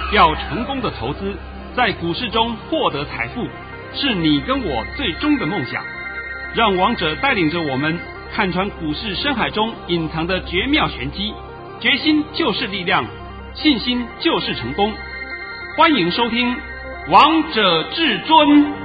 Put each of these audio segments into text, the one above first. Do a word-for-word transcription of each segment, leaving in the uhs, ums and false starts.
要成功的投资，在股市中获得财富，是你跟我最终的梦想。让王者带领着我们看穿股市深海中隐藏的绝妙玄机，决心就是力量，信心就是成功。欢迎收听《王者至尊》。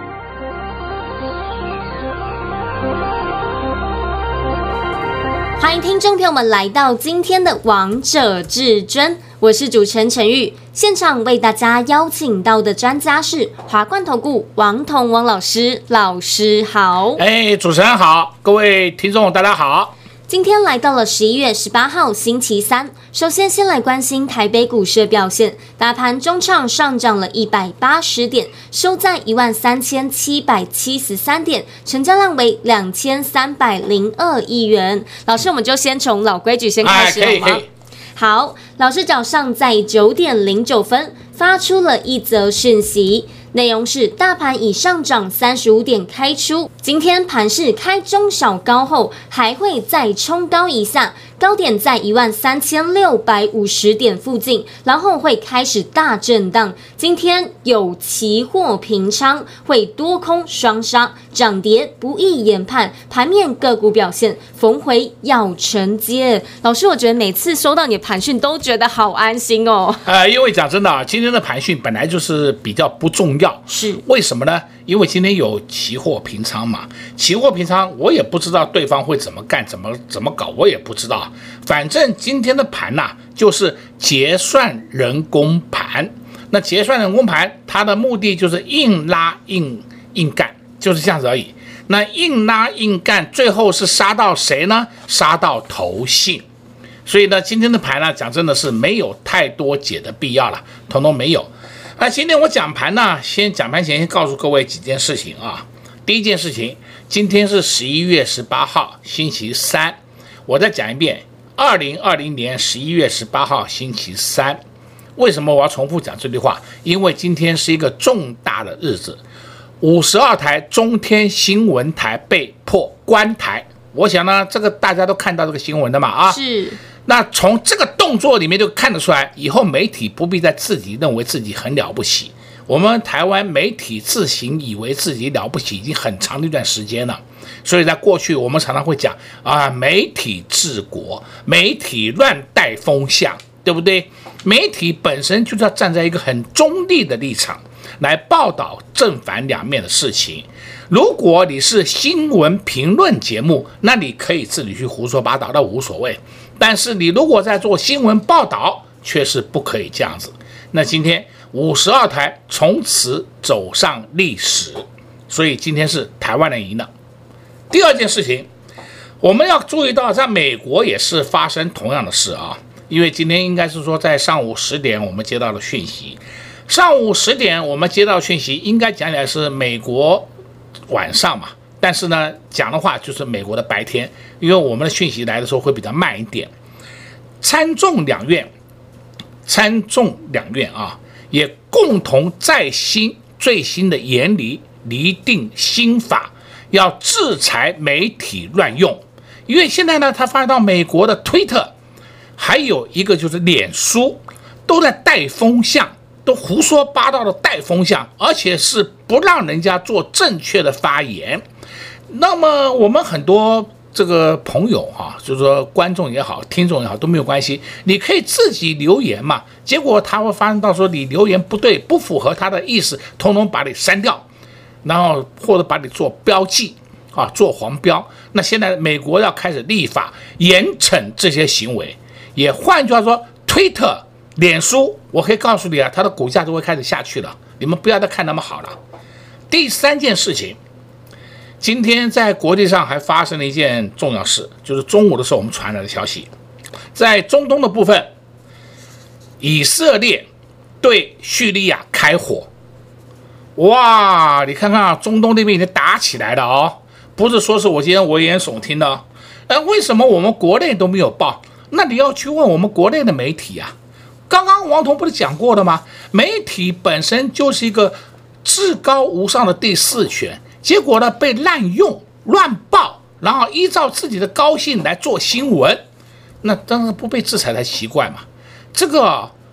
欢迎听众朋友们来到今天的《王者至尊》，我是主持人陈玉。现场为大家邀请到的专家是华冠投顾王彤王老师，老师好。 哎，主持人好，各位听众大家好。 今天来到了十一月十八号星期三，首先先来关心台北股市的表现，大盘中场上涨了一百八十点，收在一万三千七百七十三点，成交量为两千三百零二亿元。老师，我们就先从老规矩先开始好吗？ 哎好，老师早上在九点零九分发出了一则讯息，内容是大盘已上涨三十五点开出，今天盘势开中小高后，还会再冲高一下，高点在一万三千六百五十点附近，然后会开始大震荡。今天有期货平仓，会多空双杀，涨跌不易研判，盘面个股表现逢回要承接。老师，我觉得每次收到你的盘讯都觉得好安心哦。 呃，因为讲真的啊，今天的盘讯本来就是比较不重要， 是为什么呢？因为今天有期货平仓嘛，期货平仓我也不知道对方会怎么干，怎么怎么搞，我也不知道。反正今天的盘呐、啊，就是结算人工盘。那结算人工盘，它的目的就是硬拉硬硬干，就是这样子而已。那硬拉硬干，最后是杀到谁呢？杀到投信。所以呢，今天的盘呢，讲真的是没有太多解的必要了，统统没有。那今天我讲盘呢，先讲盘前先告诉各位几件事情啊。第一件事情，今天是十一月十八号，星期三。我再讲一遍，二零二零年十一月十八号，星期三。为什么我要重复讲这句话？因为今天是一个重大的日子，五十二台中天新闻台被迫关台。我想呢，这个大家都看到这个新闻的嘛啊。 是。 那从这个动作里面就看得出来，以后媒体不必再自己认为自己很了不起。我们台湾媒体自行以为自己了不起已经很长的一段时间了，所以在过去我们常常会讲啊，媒体治国，媒体乱带风向，对不对？媒体本身就是要站在一个很中立的立场来报道正反两面的事情。如果你是新闻评论节目，那你可以自己去胡说八道，那无所谓。但是你如果在做新闻报道，却是不可以这样子。那今天五十二台从此走上历史，所以今天是台湾人赢了。第二件事情，我们要注意到，在美国也是发生同样的事啊。因为今天应该是说在上午十点我们接到了讯息，上午十点我们接到讯息，应该讲起来是美国晚上嘛，但是呢讲的话就是美国的白天，因为我们的讯息来的时候会比较慢一点。参众两院，参众两院啊，也共同在新最新的研拟拟定新法，要制裁媒体乱用。因为现在呢，他发现到美国的推特。还有一个就是脸书都在带风向，都胡说八道的带风向，而且是不让人家做正确的发言。那么我们很多这个朋友哈、啊，就是说观众也好，听众也好都没有关系，你可以自己留言嘛。结果他会发现到说你留言不对，不符合他的意思，统统把你删掉，然后或者把你做标记啊，做黄标。那现在美国要开始立法严惩这些行为。也换句话说，推特、脸书，我可以告诉你啊，它的股价就会开始下去了。你们不要再看那么好了。第三件事情，今天在国际上还发生了一件重要事，就是中午的时候我们传来的消息，在中东的部分，以色列对叙利亚开火。哇，你看看啊，中东那边已经打起来了哦，不是说是我今天危言耸听的。哎，为什么我们国内都没有报？那你要去问我们国内的媒体啊。刚刚王彤不是讲过了吗？媒体本身就是一个至高无上的第四权，结果呢被滥用、乱报，然后依照自己的高兴来做新闻，那当然不被制裁才奇怪嘛。这个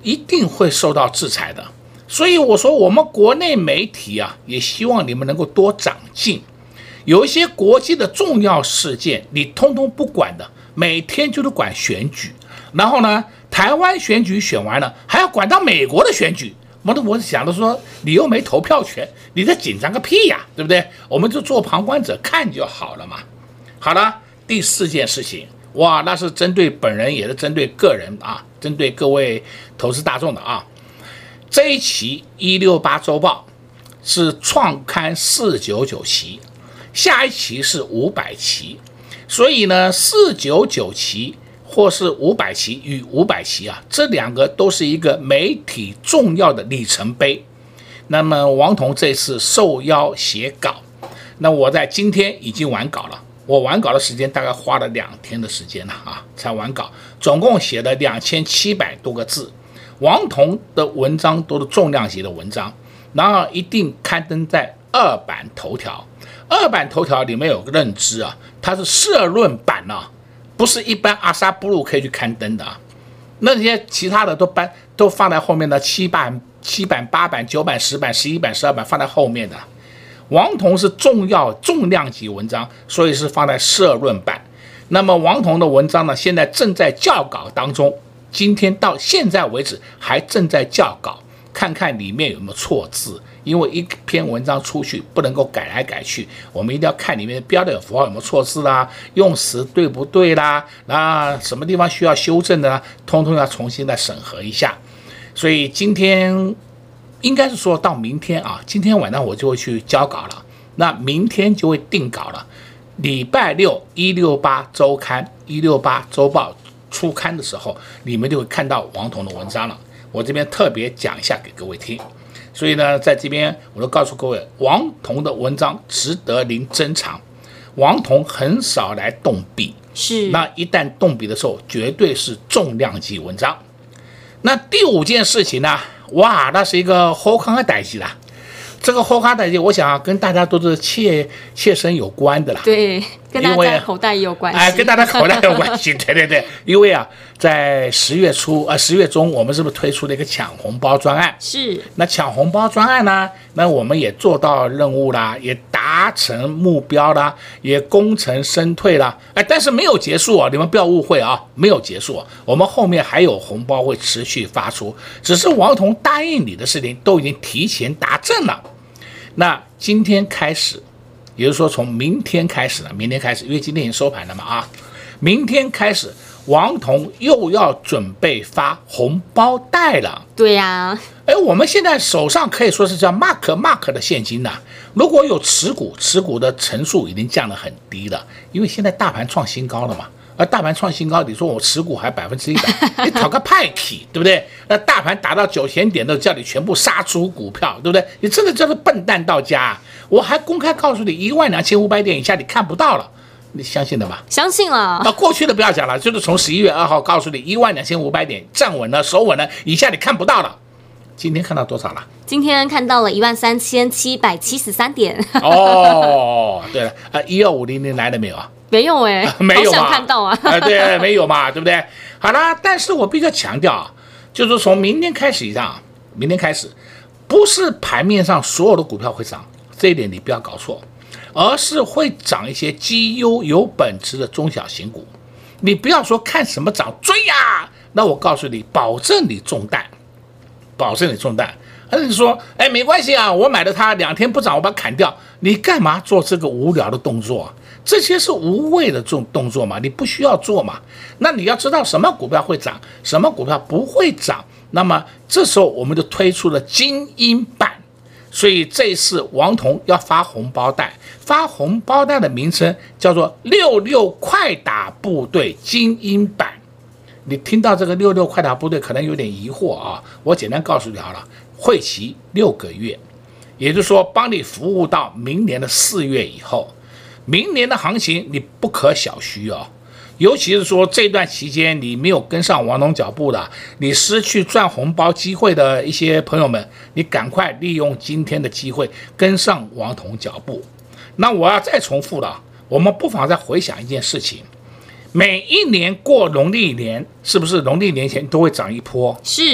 一定会受到制裁的。所以我说，我们国内媒体啊，也希望你们能够多长进。有一些国际的重要事件，你通通不管的，每天就是管选举。然后呢，台湾选举选完了，还要管到美国的选举。我我想着说，你又没投票权，你在紧张个屁呀，对不对？我们就做旁观者看就好了嘛。好了，第四件事情，哇，那是针对本人，也是针对个人啊，针对各位投资大众的啊。这一期一六八周报是创刊四九九期，下一期是五百期，所以呢，四九九期或是五百期与五百期啊，这两个都是一个媒体重要的里程碑。那么王彤这次受邀写稿，那我在今天已经完稿了，我完稿的时间大概花了两天的时间了啊，才完稿，总共写了两千七百多个字。王彤的文章都是重量级的文章，然后一定刊登在二版头条。二版头条里面有个认知啊，它是社论版啊，不是一般阿萨布鲁可以去刊登的啊。那些其他的都搬都放在后面的七版、七版、八版、九版、十版、十一版、十二版放在后面的。王彤是重要重量级文章，所以是放在社论版。那么王彤的文章呢，现在正在校稿当中。今天到现在为止还正在校稿，看看里面有没有错字，因为一篇文章出去不能够改来改去，我们一定要看里面的标点符号有没有错字啦，用词对不对啦，那什么地方需要修正的啦，通通要重新再审核一下。所以今天应该是说到明天啊，今天晚上我就会去交稿了，那明天就会定稿了。礼拜六一六八周刊一六八周报初刊的时候，你们就会看到王彤的文章了。我这边特别讲一下给各位听。所以呢，在这边我都告诉各位，王彤的文章值得您珍藏。王彤很少来动笔， 是那一旦动笔的时候，绝对是重量级文章。那第五件事情呢，哇，那是一个好康的代志啦。这个好康的代志，我想、啊、跟大家都是切切身有关的啦。 对，跟大家口袋也有关系。 哎，跟大家口袋有关系。对对对，因为啊，在十月初呃十月中，我们是不是推出了一个抢红包专案？ 是。 那抢红包专案呢，那我们也做到任务啦，也达成目标啦，也功成身退啦。哎，但是没有结束啊，你们不要误会啊，没有结束、啊，我们后面还有红包会持续发出，只是王彤答应你的事情都已经提前达阵了。那今天开始，也就是说从明天开始了，明天开始，因为今天已经收盘了嘛啊，明天开始，王彤又要准备发红包袋了。 对呀、啊， 哎，我们现在手上可以说是叫 mark mark 的现金呐、啊。如果有持股，持股的成数已经降得很低了，因为现在大盘创新高了嘛。而大盘创新高，你说我持股还百分之一百，你讨个派气，对不对？那大盘达到九千点都叫你全部杀出股票，对不对？你真的叫做笨蛋到家、啊。我还公开告诉你，一万两千五百点以下你看不到了，你相信的吧？ 相信了。 啊，过去的不要讲了，就是从十一月二号告诉你一万两千五百点站稳了，守稳了，以下你看不到了。今天看到多少了？ 今天看到了一万三千七百七十三点。 哦，对了，啊，一二五零零来了没有啊？ 没有哎、欸， 没有嘛？ 好想看到啊！ 啊，对，没有嘛，对不对？好啦，但是我必须要强调啊，就是从明天开始以上，明天开始，不是盘面上所有的股票会涨，这一点你不要搞错，而是会涨一些绩优有本质的中小型股。你不要说看什么涨追呀、啊，那我告诉你，保证你中弹，保证你中弹。而你说，哎，没关系啊，我买了它两天不涨，我把它砍掉，你干嘛做这个无聊的动作啊？这些是无谓的这种动作嘛，你不需要做嘛。那你要知道什么股票会涨，什么股票不会涨，那么这时候我们就推出了精英版。所以这一次王彤要发红包袋，发红包袋的名称叫做六六快打部队精英版。你听到这个六六快打部队可能有点疑惑啊，我简单告诉你好了，会期六个月，也就是说帮你服务到明年的四月以后。明年的行情你不可小觑哦，尤其是说这段期间你没有跟上王彤脚步的，你失去赚红包机会的一些朋友们，你赶快利用今天的机会跟上王彤脚步。那我要再重复了，我们不妨再回想一件事情，每一年过农历年，是不是农历年前都会涨一波？ 是。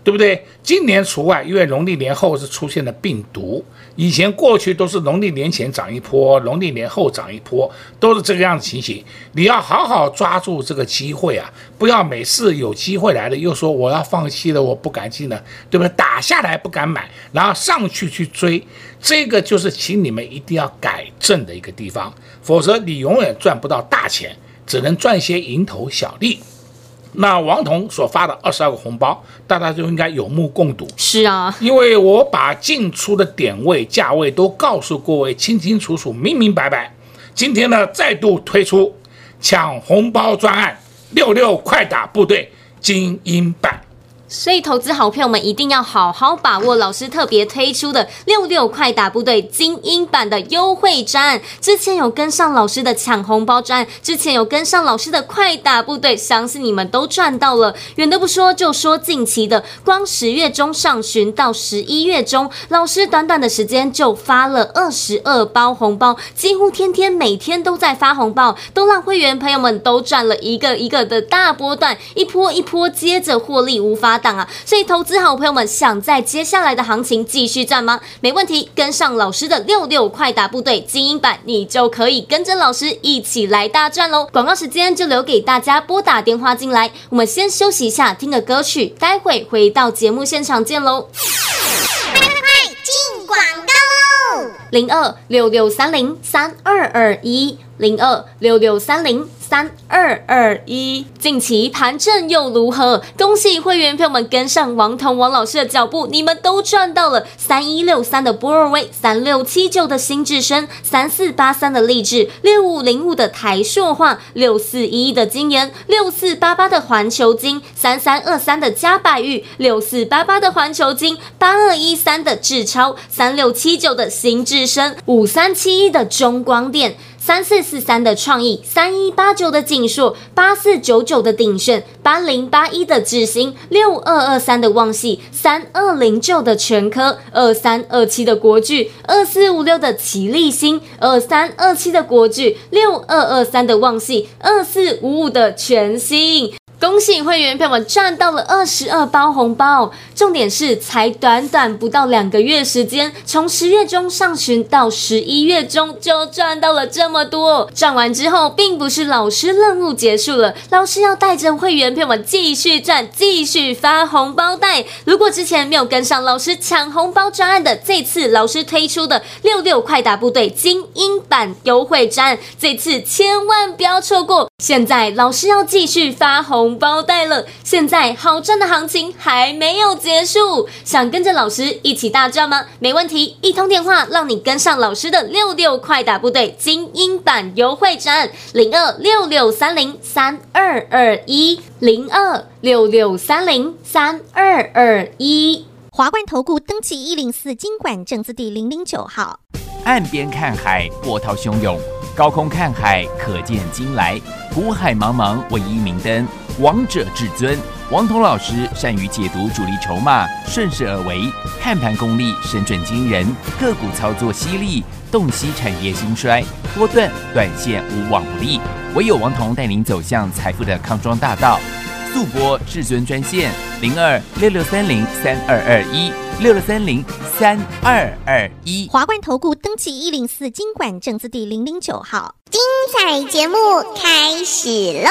对不对？今年除外，因为农历年后是出现了病毒，以前过去都是农历年前涨一波，农历年后涨一波，都是这个样子情形。你要好好抓住这个机会啊，不要每次有机会来了又说我要放弃了，我不敢进了，对不对？打下来不敢买，然后上去去追，这个就是请你们一定要改正的一个地方，否则你永远赚不到大钱，只能赚些蝇头小利。那王彤所发的二十二个红包，大家就应该有目共睹。 是啊， 因为我把进出的点位、价位都告诉各位清清楚楚、明明白白。今天呢，再度推出抢红包专案，六六快打部队精英版。 所以投资好朋友们一定要好好把握老师特别推出的六六快打部队精英版的优惠专案。之前有跟上老师的抢红包专案，之前有跟上老师的快打部队，相信你们都赚到了。远的不说，就说近期的，光十月中上旬到十一月中，老师短短的时间就发了二十二包红包，几乎天天每天都在发红包，都让会员朋友们都赚了一个一个的大波段，一波一波接着获利无法档啊！所以投资好朋友们想在接下来的行情继续赚吗？没问题，跟上老师的六六快打部队精英版，你就可以跟着老师一起来大赚喽！广告时间就留给大家拨打电话进来，我们先休息一下，听个歌曲，待会回到节目现场见喽！ 快快快，进广告喽！ 零二六六三零三二二一，零二六六三零。三二二一，近期盘正又如何？恭喜会员朋友们跟上王彤王老师的脚步，你们都赚到了。三一六三的波若威，三六七九的新智深，三四八三的励志，六五零五的台塑化，六四一一的金研，六四八八的环球金，三三二三的嘉百玉，六四八八的环球金，八二一三的智超，三六七九的新智深，五三七一的中光电。三四四三的创意，三一八九的景硕，八四九九的鼎盛，八零八一的智新，六二二三的旺系，三二零九的全科，二三二七的国巨，二四五六的奇力新，二三二七的国巨，六二二三的旺系，二四五五的全新。恭喜会员朋友们赚到了二十二包红包，重点是才短短不到两个月时间，从十月中上旬到十一月中就赚到了这么多。赚完之后，并不是老师任务结束了，老师要带着会员朋友们继续赚，继续发红包袋。如果之前没有跟上老师抢红包专案的，这次老师推出的六六快打部队精英版优惠专案，这次千万不要错过。现在老师要继续发红红包袋了，现在好赚的行情还没有结束，想跟着老师一起大赚吗？没问题，一通电话让你跟上老师的六六快打部队精英版优惠战，零二六六三零三二二一，零二六六三零三二二一。 华冠投顾登记一零四金管证字第零零九号。 岸边看海，波涛汹涌；高空看海，可见金来。苦海茫茫，唯一明灯。王者至尊，王彤老师善于解读主力筹码，顺势而为，看盘功力神准惊人，个股操作犀利，洞悉产业兴衰，波段短线无往不利。唯有王彤带领走向财富的康庄大道。速播至尊专线零二六六三零三二二一六六三零三二二一。 华冠投顾登记一零四金管证字第零零九号。精彩节目开始喽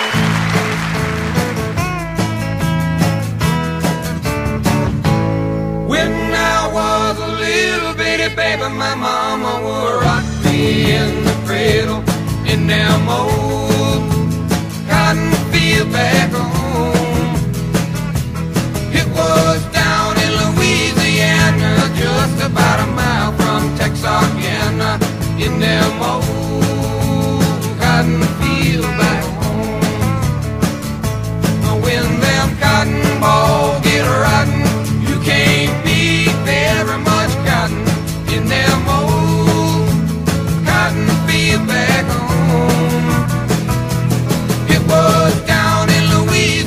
！When I was a little bitty baby, my mama would rock me in the cradle in them old cotton field back home. It was down in Louisiana, just about a mile from Texarkana, in them old cotton field back home. When them cotton balls get rotten, you can't beat very much cotton in them old cotton field back home. It was down in Louisiana.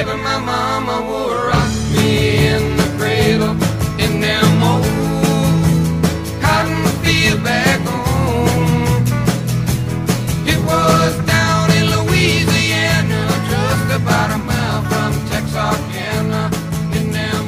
baby, my mama would rock me in the cradle in them old cotton field back home. It was down in Louisiana, just about a mile from Texarkana, in them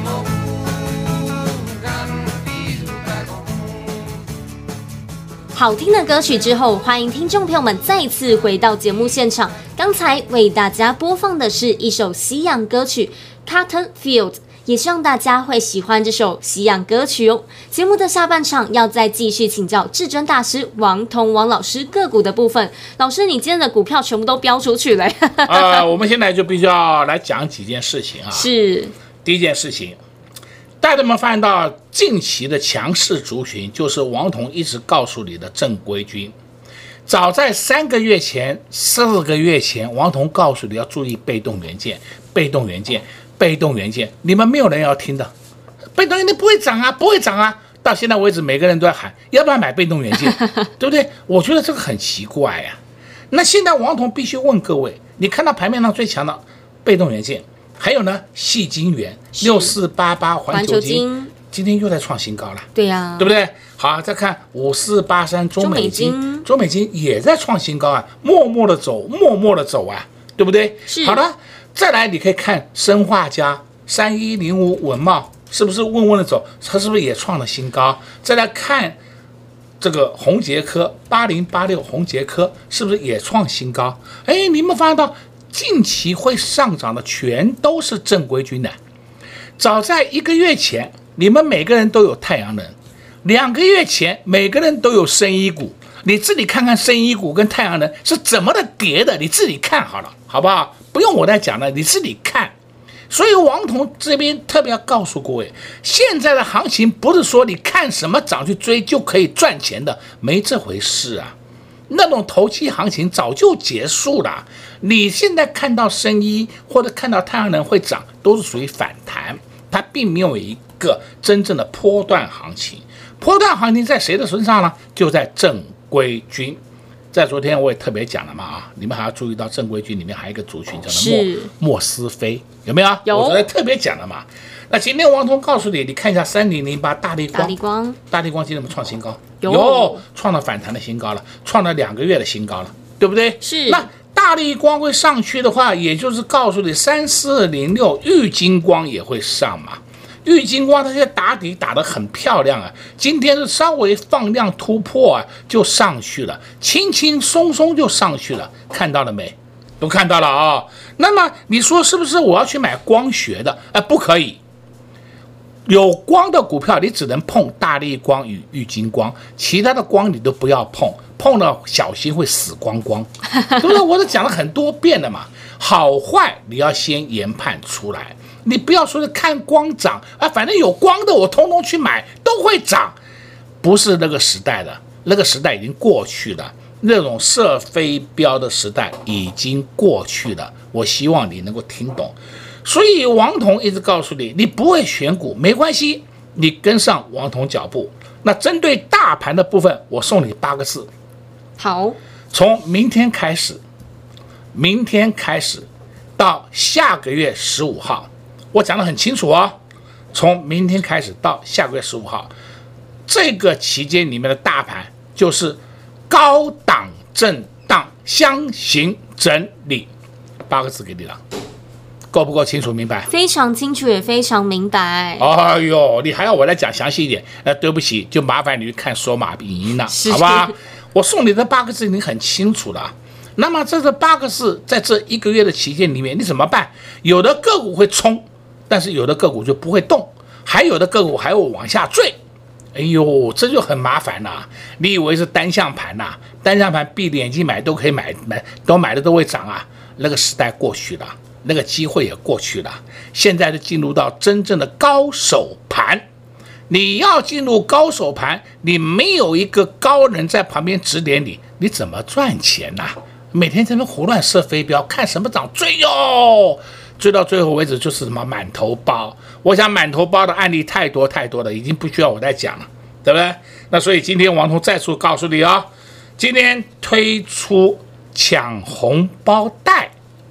old cotton field back home. 好听的歌曲之后，欢迎听众朋友们再次回到节目现场。刚才为大家播放的是一首西洋歌曲《Cotton Field》，也希望大家会喜欢这首西洋歌曲哦。节目的下半场要再继续请教至尊大师王彤王老师个股的部分。老师，你今天的股票全部都标出去了。 呃，我们现在就必须要来讲几件事情啊。 是。 第一件事情，大家们发现到近期的强势族群，就是王彤一直告诉你的正规军。早在三个月前、四个月前，王彤告诉你要注意被动元件、被动元件、被动元件，你们没有人要听的。被动元件不会涨啊，不会涨啊！到现在为止，每个人都在喊要不要买被动元件，对不对？我觉得这个很奇怪呀、啊。那现在王彤必须问各位，你看到盘面上最强的被动元件，还有呢，矽晶圆六四八八环球晶，今天又在创新高了， 对呀、啊， 对不对？好，再看五四八三中美金，中美金也在创新高啊，默默的走，默默的走啊，对不对？ 是。 好了，再来你可以看砷化镓三一零五稳懋，是不是稳稳的走？它是不是也创了新高？再来看这个宏捷科八零八六，宏捷科是不是也创新高？哎，你们发现到近期会上涨的全都是正规军的。早在一个月前，你们每个人都有太阳能。两个月前，每个人都有生医股，你自己看看生医股跟太阳能是怎么的跌的，你自己看好了，好不好？不用我再讲了，你自己看。所以王彤这边特别要告诉各位，现在的行情不是说你看什么涨去追就可以赚钱的，没这回事啊。那种投机行情早就结束了。你现在看到生医或者看到太阳能会涨，都是属于反弹，它并没有一个真正的波段行情。波段行情在谁的身上呢？就在正规军。在昨天我也特别讲了嘛啊，你们还要注意到正规军里面还有一个族群叫做莫莫斯菲，有没有？ 有。 我昨天特别讲了嘛。那今天王彤告诉你，你看一下三零零八大立光， 大立光， 大立光今天有没有创新高？ 有， 有创了反弹的新高了，创了两个月的新高了，对不对？ 是。 那大立光会上去的话，也就是告诉你三四零六玉晶光也会上嘛。玉晶光它现在打底打得很漂亮啊，今天是稍微放量突破啊，就上去了，轻轻松松就上去了，看到了没？都看到了啊、哦。那么你说是不是我要去买光学的？哎、呃，不可以。有光的股票你只能碰大立光与玉晶光，其他的光你都不要碰，碰了小心会死光光，对不对？我都讲了很多遍了嘛，好坏你要先研判出来。你不要说是看光涨啊，反正有光的我通通去买都会涨，不是那个时代的，那个时代已经过去了，那种射飞镖的时代已经过去了。我希望你能够听懂。所以王彤一直告诉你，你不会选股没关系，你跟上王彤脚步。那针对大盘的部分，我送你八个字。 好， 从明天开始，明天开始到下个月十五号。我讲得很清楚哦，从明天开始到下个月十五号，这个期间里面的大盘就是高档震荡箱型整理，八个字给你了，够不够清楚明白？ 非常清楚，也非常明白。 哎呦，你还要我来讲详细一点？那对不起，就麻烦你去看索马影音了，好吧？我送你的八个字已经很清楚了。那么这这八个字在这一个月的期间里面，你怎么办？有的个股会冲，但是有的个股就不会动，还有的个股还会往下坠。哎呦，这就很麻烦了。你以为是单向盘呐、啊？单向盘闭着眼睛买都可以买，买都买的都会涨啊？那个时代过去了，那个机会也过去了。现在就进入到真正的高手盘。你要进入高手盘，你没有一个高人在旁边指点你，你怎么赚钱呐、啊？每天在那胡乱射飞镖，看什么涨追哟，追到最后为止就是什么满头包。我想满头包的案例太多太多了，已经不需要我再讲了，对不对？那所以今天王彤再次告诉你哦，今天推出抢红包袋，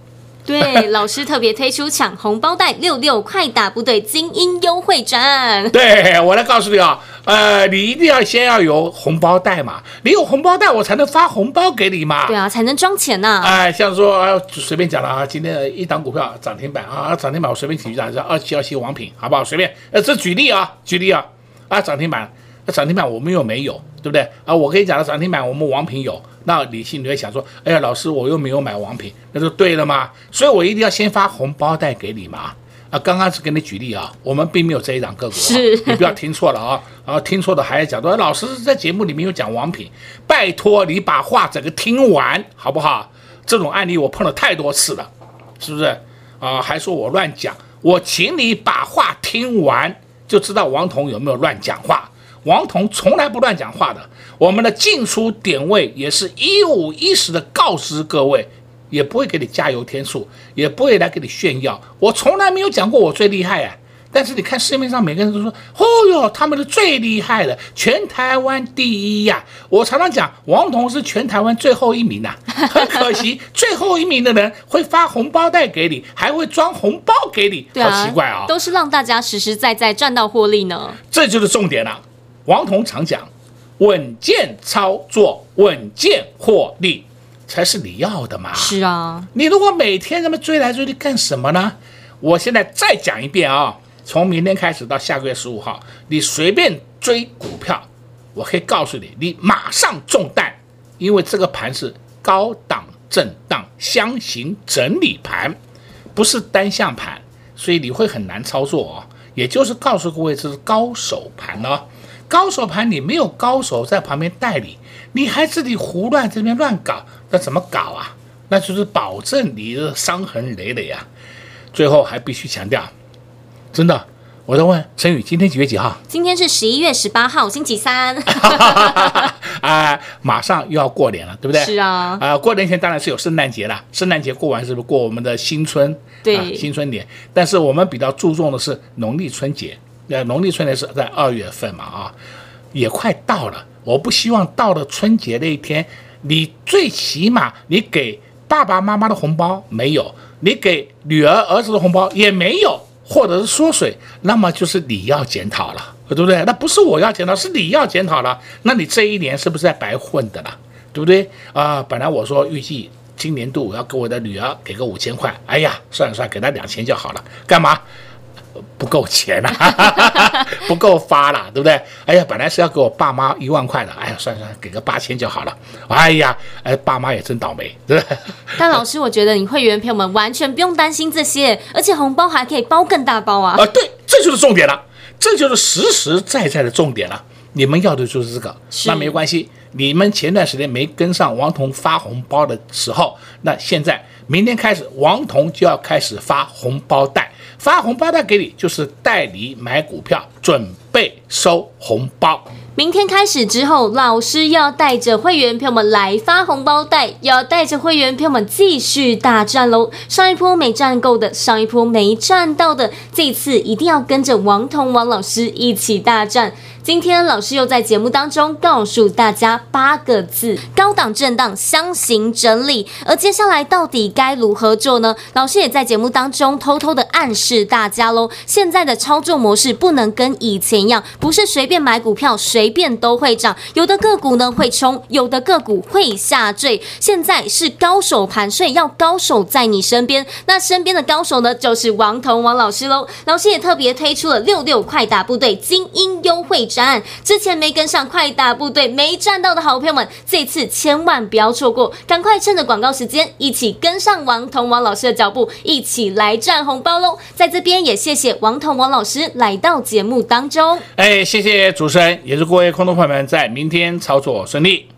对，老师特别推出抢红包袋六六快打部队精英优惠战。 对，我来告诉你啊，呃，你一定要先要有红包袋嘛，你有红包袋，我才能发红包给你嘛。 对啊，才能装钱呐、啊。 哎、呃，像说、呃、随便讲了啊，今天一档股票涨停板啊，涨停板我随便举一下，是二七二七王品，好不好？随便，呃，这举例啊，举例啊，啊，涨停板，涨停板我们又没有，对不对？啊，我跟你讲的涨停板我们王品有。那你心里会想说，哎呀，老师我又没有买王品，那就对了嘛。所以我一定要先发红包袋给你嘛。啊，刚刚是给你举例啊，我们并没有这一档个股、啊， 是你不要听错了啊。然后听错的还讲说，老师在节目里面有讲王品，拜托你把话整个听完好不好？这种案例我碰了太多次了，是不是啊？还说我乱讲，我请你把话听完，就知道王彤有没有乱讲话。王彤从来不乱讲话的，我们的进出点位也是一五一十的告知各位，也不会给你加油添醋，也不会来给你炫耀。我从来没有讲过我最厉害啊，但是你看市面上每个人都说，哦哟，他们是最厉害的，全台湾第一呀、啊。我常常讲，王彤是全台湾最后一名呐、啊，很可惜，最后一名的人会发红包袋给你，还会装红包给你， 对啊， 好奇怪啊！ 都是让大家实实在在赚到获利呢。 这就是重点了、啊。王彤常讲，稳健操作，稳健获利才是你要的嘛。 是啊， 你如果每天这么追来追去干什么呢？我现在再讲一遍啊，从明天开始到下个月十五号，你随便追股票，我可以告诉你，你马上中弹，因为这个盘是高档震荡箱型整理盘，不是单向盘，所以你会很难操作哦。也就是告诉各位，这是高手盘哦。高手盘你没有高手在旁边带你，你还自己胡乱这边乱搞，那怎么搞啊？那就是保证你的伤痕累累啊。最后还必须强调，真的，我在问陈宇，今天几月几号？ 今天是十一月十八号，星期三。 啊，马上又要过年了，对不对？ 是啊。 啊，过年前当然是有圣诞节了，圣诞节过完是不是过我们的新春？ 对、 啊，新春年。但是我们比较注重的是农历春节。那农历春节是在二月份嘛，啊，也快到了。我不希望到了春节那一天，你最起码你给爸爸妈妈的红包没有，你给女儿儿子的红包也没有，或者是缩水，那么就是你要检讨了，对不对？那不是我要检讨，是你要检讨了。那你这一年是不是在白混的了，对不对啊、呃？本来我说预计今年度我要给我的女儿给个五千块，哎呀，算了算了，给她两千就好了，干嘛？不够钱啊，不够发了，对不对？哎呀，本来是要给我爸妈一万块的，哎呀，算了算了，给个八千就好了。哎呀，哎，爸妈也真倒霉，对不对？ 但老师，我觉得你会员朋友们完全不用担心这些，而且红包还可以包更大包啊！ 啊、呃，对，这就是重点了，这就是实实在在的重点了。你们要的就是这个，那没关系。你们前段时间没跟上王彤发红包的时候，那现在明天开始，王彤就要开始发红包袋。发红包袋给你，就是带你买股票，准备收红包。 明天开始之后，老师要带着会员朋友们来发红包袋，要带着会员朋友们继续大战喽。上一波没赚够的，上一波没赚到的，这一次一定要跟着王彤王老师一起大战。今天老师又在节目当中告诉大家八个字：高档震荡，箱型整理。而接下来到底该如何做呢？老师也在节目当中偷偷的暗示大家喽。现在的操作模式不能跟以前一样，不是随便买股票随便都会涨，有的个股呢会冲，有的个股会下坠。现在是高手盘，所以要高手在你身边。那身边的高手呢，就是王彤王老师喽。老师也特别推出了六六快打部队精英优惠战。之前没跟上快打部队没赚到的好朋友们，这次千万不要错过，赶快趁着广告时间一起跟上王彤王老师的脚步，一起来赚红包咯。在这边也谢谢王彤王老师来到节目当中。 哎，谢谢主持人，也祝各位空头朋友们在明天操作顺利。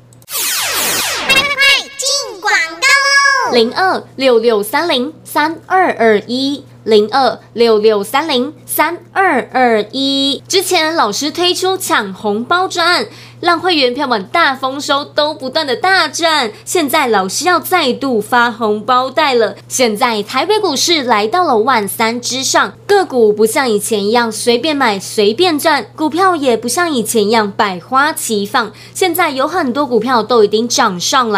进广告喽！ 零二六六三零三二二一。零二六六三零三二二一，之前老师推出抢红包专案，让会员票们大丰收，都不断的大赚。现在老师要再度发红包袋了。现在台北股市来到了万三之上，个股不像以前一样随便买随便赚，股票也不像以前一样百花齐放。现在有很多股票都已经涨上来了。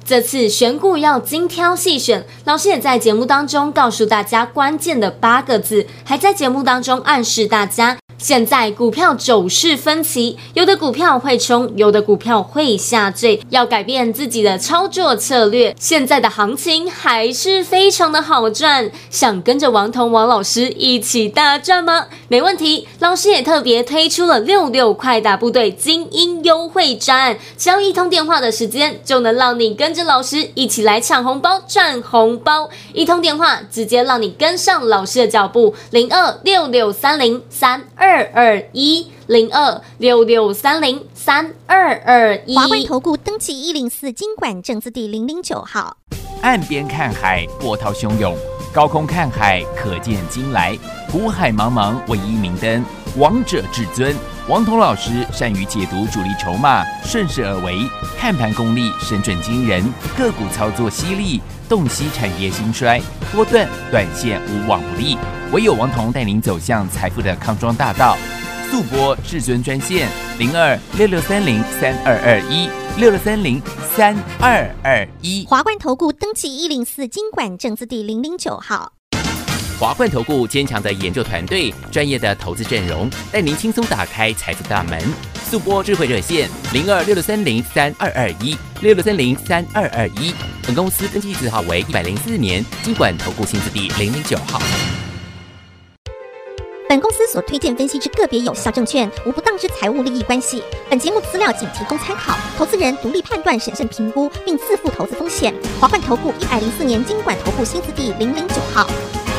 这次选股要精挑细选，老师也在节目当中告诉大家关键的八个字，还在节目当中暗示大家，现在股票走势分歧，有的股票会冲，有的股票会下坠，要改变自己的操作策略。现在的行情还是非常的好赚，想跟着王彤王老师一起大赚吗？没问题，老师也特别推出了六六快打部队精英优惠战，只要一通电话的时间，就能让你跟着老师一起来抢红包赚红包。一通电话直接让你跟上老师的脚步，零二六六三零三二二一零二六六三零三二二一。 华冠投顾登记一零四金管证字第零零九号。 岸边看海，波涛汹涌；高空看海，可见金来。股海茫茫，唯一明灯。王者至尊，王彤老师善于解读主力筹码，顺势而为，看盘功力神准惊人，个股操作犀利，洞悉产业兴衰，波段短线无往不利。唯有王彤带领走向财富的康庄大道。速播至尊专线零二六六三零三二二一六六三零三二二一。 华冠投顾登记一零四金管证字第零零九号。 华冠投顾坚强的研究团队，专业的投资阵容，带您轻松打开财富大门。速播智慧热线零二六六三零三二二一六六三零三二二一。本公司登记字号为一百零四年金管投顾新字第零零九号。 本公司所推荐分析之个别有效证券，无不当之财务利益关系。本节目资料仅提供参考，投资人独立判断、审慎评估，并自负投资风险。华冠投顾一百零四年金管投顾新字第零零九号。